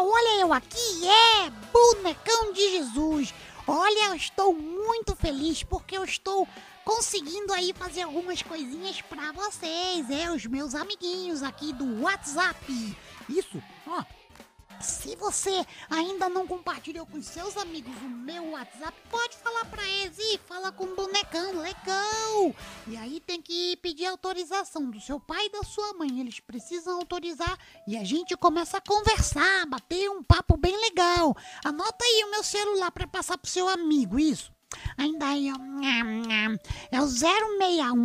pessoal, olha eu aqui, Bonecão de Jesus. Olha, eu estou muito feliz porque eu estou conseguindo aí fazer algumas coisinhas pra vocês, os meus amiguinhos aqui do WhatsApp. Isso, ó. Se você ainda não compartilhou com seus amigos o meu WhatsApp, pode falar pra eles e fala com o Bonecão, legal! E aí tem que pedir autorização do seu pai e da sua mãe, eles precisam autorizar e a gente começa a conversar, bater um papo bem legal. Anota aí o meu celular pra passar pro seu amigo, isso. Ainda aí, ó, é o 061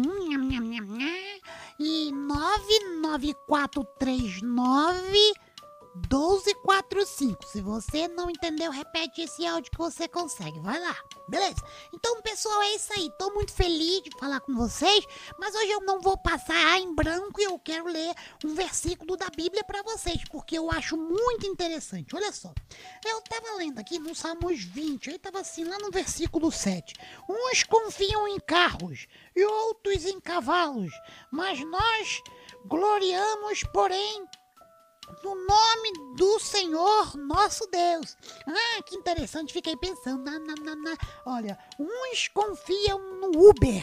e 99439 1245. Se você não entendeu, repete esse áudio que você consegue. Vai lá, beleza? Então, pessoal, é isso aí. Tô muito feliz de falar com vocês, mas hoje eu não vou passar em branco e eu quero ler um versículo da Bíblia pra vocês, porque eu acho muito interessante. Olha só, eu tava lendo aqui no Salmos 20, aí tava assim, lá no versículo 7. Uns confiam em carros e outros em cavalos, mas nós gloriamos, porém, no nome do Senhor nosso Deus. Ah, que interessante, fiquei pensando. Olha, uns confiam no Uber,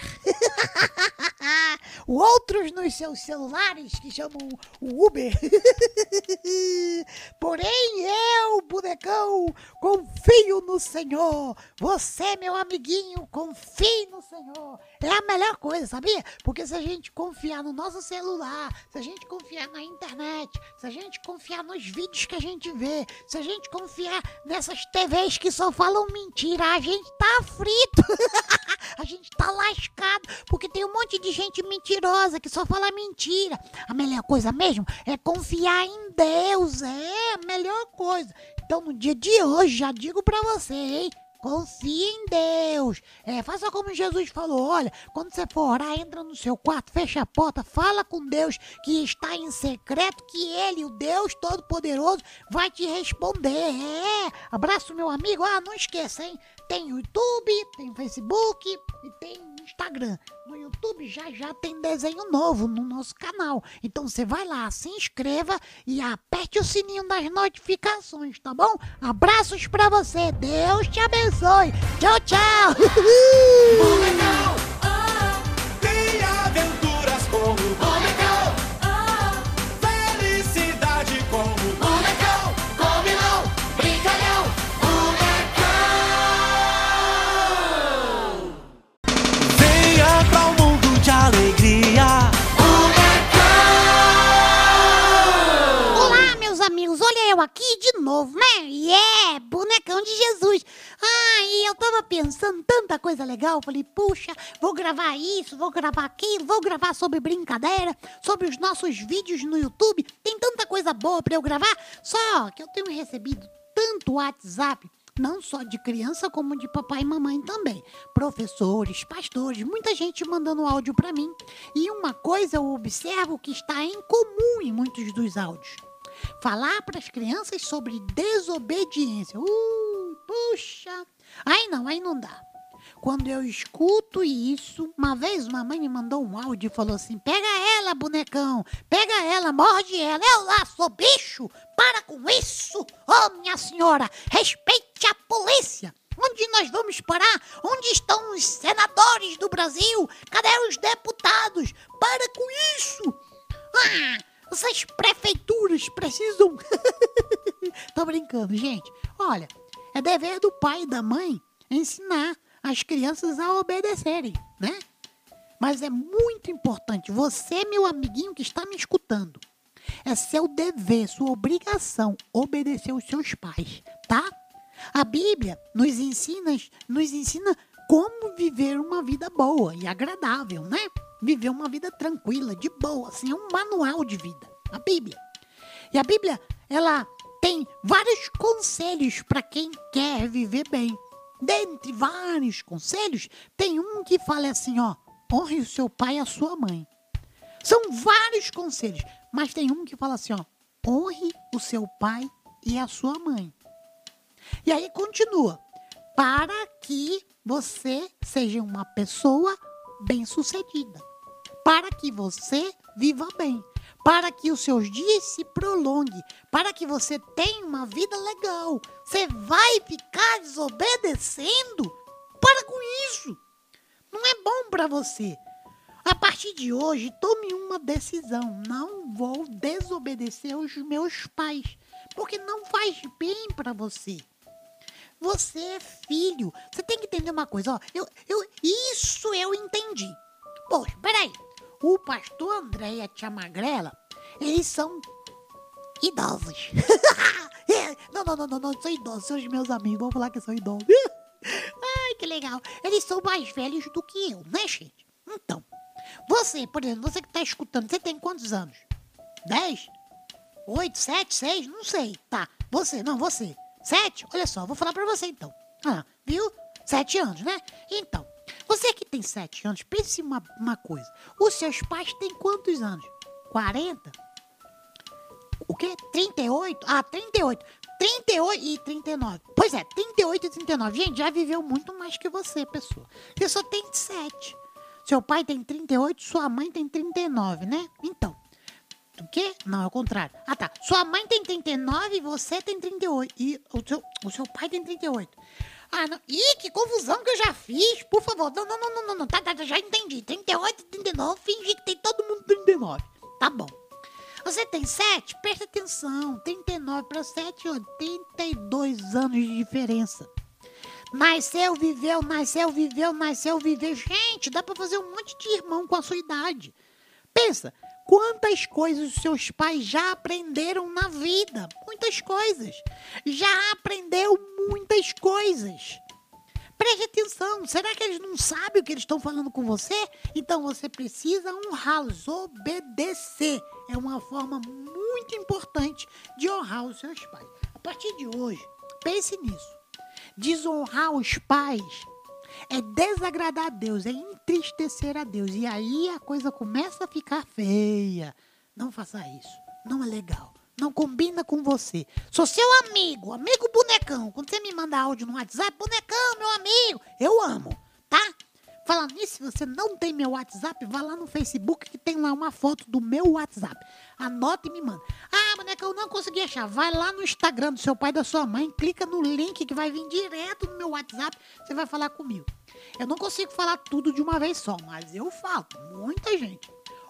outros nos seus celulares, que chamam o Uber. Porém, eu, Bonecão, confio no Senhor. Você, meu amiguinho, confie no Senhor. É a melhor coisa, sabia? Porque se a gente confiar no nosso celular, se a gente confiar na internet, se a gente confiar nos vídeos que a gente vê, se a gente confiar nessas TVs que só falam mentira, a gente tá frito. A gente tá lascado, porque tem um monte de gente mentirosa que só fala mentira. A melhor coisa mesmo é confiar em Deus, é a melhor coisa. Então no dia de hoje, já digo pra você, hein? Confie em Deus. Faça como Jesus falou. Olha, quando você for orar, entra no seu quarto, fecha a porta, fala com Deus que está em secreto, que Ele, o Deus Todo-Poderoso, vai te responder. Abraço, meu amigo. Não esqueça, hein? Tem YouTube, tem Facebook e tem Instagram. No YouTube já tem desenho novo no nosso canal. Então você vai lá, se inscreva e aperte o sininho das notificações, tá bom? Abraços pra você. Deus te abençoe. Tchau, tchau. Bonecão, tem aventuras com o Bonecão, felicidade com o Bonecão, combinão, brincalhão, Bonecão. Venha pra um mundo de alegria, Bonecão. Olá, meus amigos. Olha eu aqui de novo, né? Bonecão de Jesus. E eu tava pensando tanta coisa legal. Falei, puxa, vou gravar isso, vou gravar aquilo, vou gravar sobre brincadeira, sobre os nossos vídeos no YouTube. Tem tanta coisa boa pra eu gravar. Só que eu tenho recebido tanto WhatsApp, não só de criança como de papai e mamãe também. Professores, pastores, muita gente mandando áudio pra mim. E uma coisa eu observo que está em comum em muitos dos áudios. Falar para as crianças sobre desobediência. Puxa. Aí não dá. Quando eu escuto isso, uma vez uma mãe me mandou um áudio e falou assim: pega ela, bonecão, pega ela, morde ela. Eu lá sou bicho, para com isso. Minha senhora, respeite a polícia. Onde nós vamos parar? Onde estão os senadores do Brasil? Cadê os deputados? Para com isso. Essas prefeituras precisam... Tô brincando, gente. Olha, é dever do pai e da mãe ensinar as crianças a obedecerem, né? Mas é muito importante, você, meu amiguinho que está me escutando, é seu dever, sua obrigação obedecer os seus pais, tá? A Bíblia nos ensina como viver uma vida boa e agradável, né? Viver uma vida tranquila, de boa, assim, é um manual de vida, a Bíblia. E a Bíblia, ela tem vários conselhos para quem quer viver bem. Dentre vários conselhos, tem um que fala assim, honre o seu pai e a sua mãe. São vários conselhos, mas tem um que fala assim, honre o seu pai e a sua mãe. E aí continua, para que você seja uma pessoa bem-sucedida, para que você viva bem, para que os seus dias se prolonguem, para que você tenha uma vida legal. Você vai ficar desobedecendo? Para com isso! Não é bom para você. A partir de hoje, tome uma decisão. Não vou desobedecer aos meus pais, porque não faz bem para você. Você é filho. Você tem que entender uma coisa. Ó, isso eu entendi. Poxa, peraí. O pastor André e a tia Magrela, eles são idosos. Não são idosos. São os meus amigos. Vamos falar que são idosos. Ai, que legal. Eles são mais velhos do que eu, né, gente? Então, você, por exemplo, você que tá escutando, você tem quantos anos? 10? 8, 7, 6? Não sei. Tá, você. 7? Olha só, vou falar pra você então. Viu? 7 anos, né? Então, você que tem 7 anos, pense uma coisa. Os seus pais têm quantos anos? 40? O quê? 38? 38. 38 e 39. Pois é, 38 e 39. Gente, já viveu muito mais que você, pessoa. Você só tem 7. Seu pai tem 38, sua mãe tem 39, né? Então, o quê? Não, é o contrário. Tá. Sua mãe tem 39 e você tem 38. E o seu pai tem 38. Não. Ih, que confusão que eu já fiz. Por favor, não. Tá, já entendi. 38 e 39, fingi que tem todo mundo 39. Tá bom. Você tem 7? Presta atenção. 39 para 7, 82 anos de diferença. Nasceu, viveu. Gente, dá pra fazer um monte de irmão com a sua idade. Pensa, quantas coisas os seus pais já aprenderam na vida? Muitas coisas. Já aprendeu muitas coisas. Preste atenção, será que eles não sabem o que eles estão falando com você? Então você precisa honrá-los, obedecer. É uma forma muito importante de honrar os seus pais. A partir de hoje, pense nisso. Desonrar os pais é desagradar a Deus, é entristecer a Deus. E aí a coisa começa a ficar feia. Não faça isso, não é legal. Não combina com você. Sou seu amigo bonecão. Quando você me manda áudio no WhatsApp, bonecão, meu amigo, eu amo, tá? Falando nisso, se você não tem meu WhatsApp, vá lá no Facebook que tem lá uma foto do meu WhatsApp. Anota e me manda. Bonecão, eu não consegui achar. Vai lá no Instagram do seu pai e da sua mãe, clica no link que vai vir direto no meu WhatsApp, você vai falar comigo. Eu não consigo falar tudo de uma vez só, mas eu falo. Muita gente.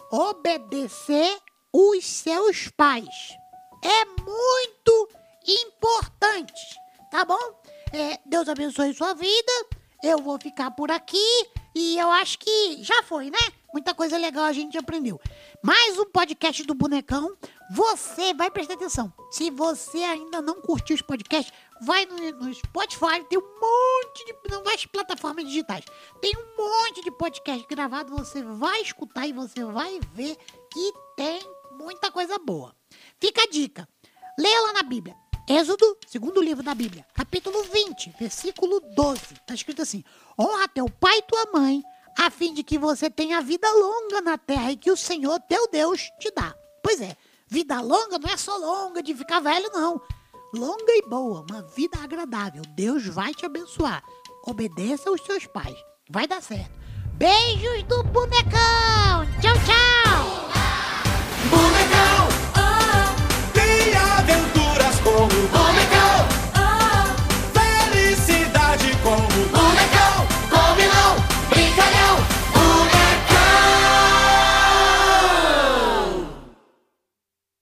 Obedecer os seus pais é muito importante, tá bom? Deus abençoe sua vida. Eu vou ficar por aqui e eu acho que já foi, né? Muita coisa legal a gente aprendeu. Mais um podcast do Bonecão. Você vai prestar atenção. Se você ainda não curtiu os podcasts, vai no Spotify, tem um monte de... Não vai plataformas digitais. Tem um monte de podcast gravado, você vai escutar e você vai ver que tem muita coisa boa. Fica a dica. Leia lá na Bíblia. Êxodo, segundo livro da Bíblia, capítulo 20, versículo 12. Está escrito assim: honra teu pai e tua mãe, a fim de que você tenha vida longa na terra e que o Senhor teu Deus te dá. Pois é, vida longa não é só longa de ficar velho, não. Longa e boa, uma vida agradável. Deus vai te abençoar. Obedeça aos seus pais. Vai dar certo. Beijos do Bonecão. Tchau, tchau.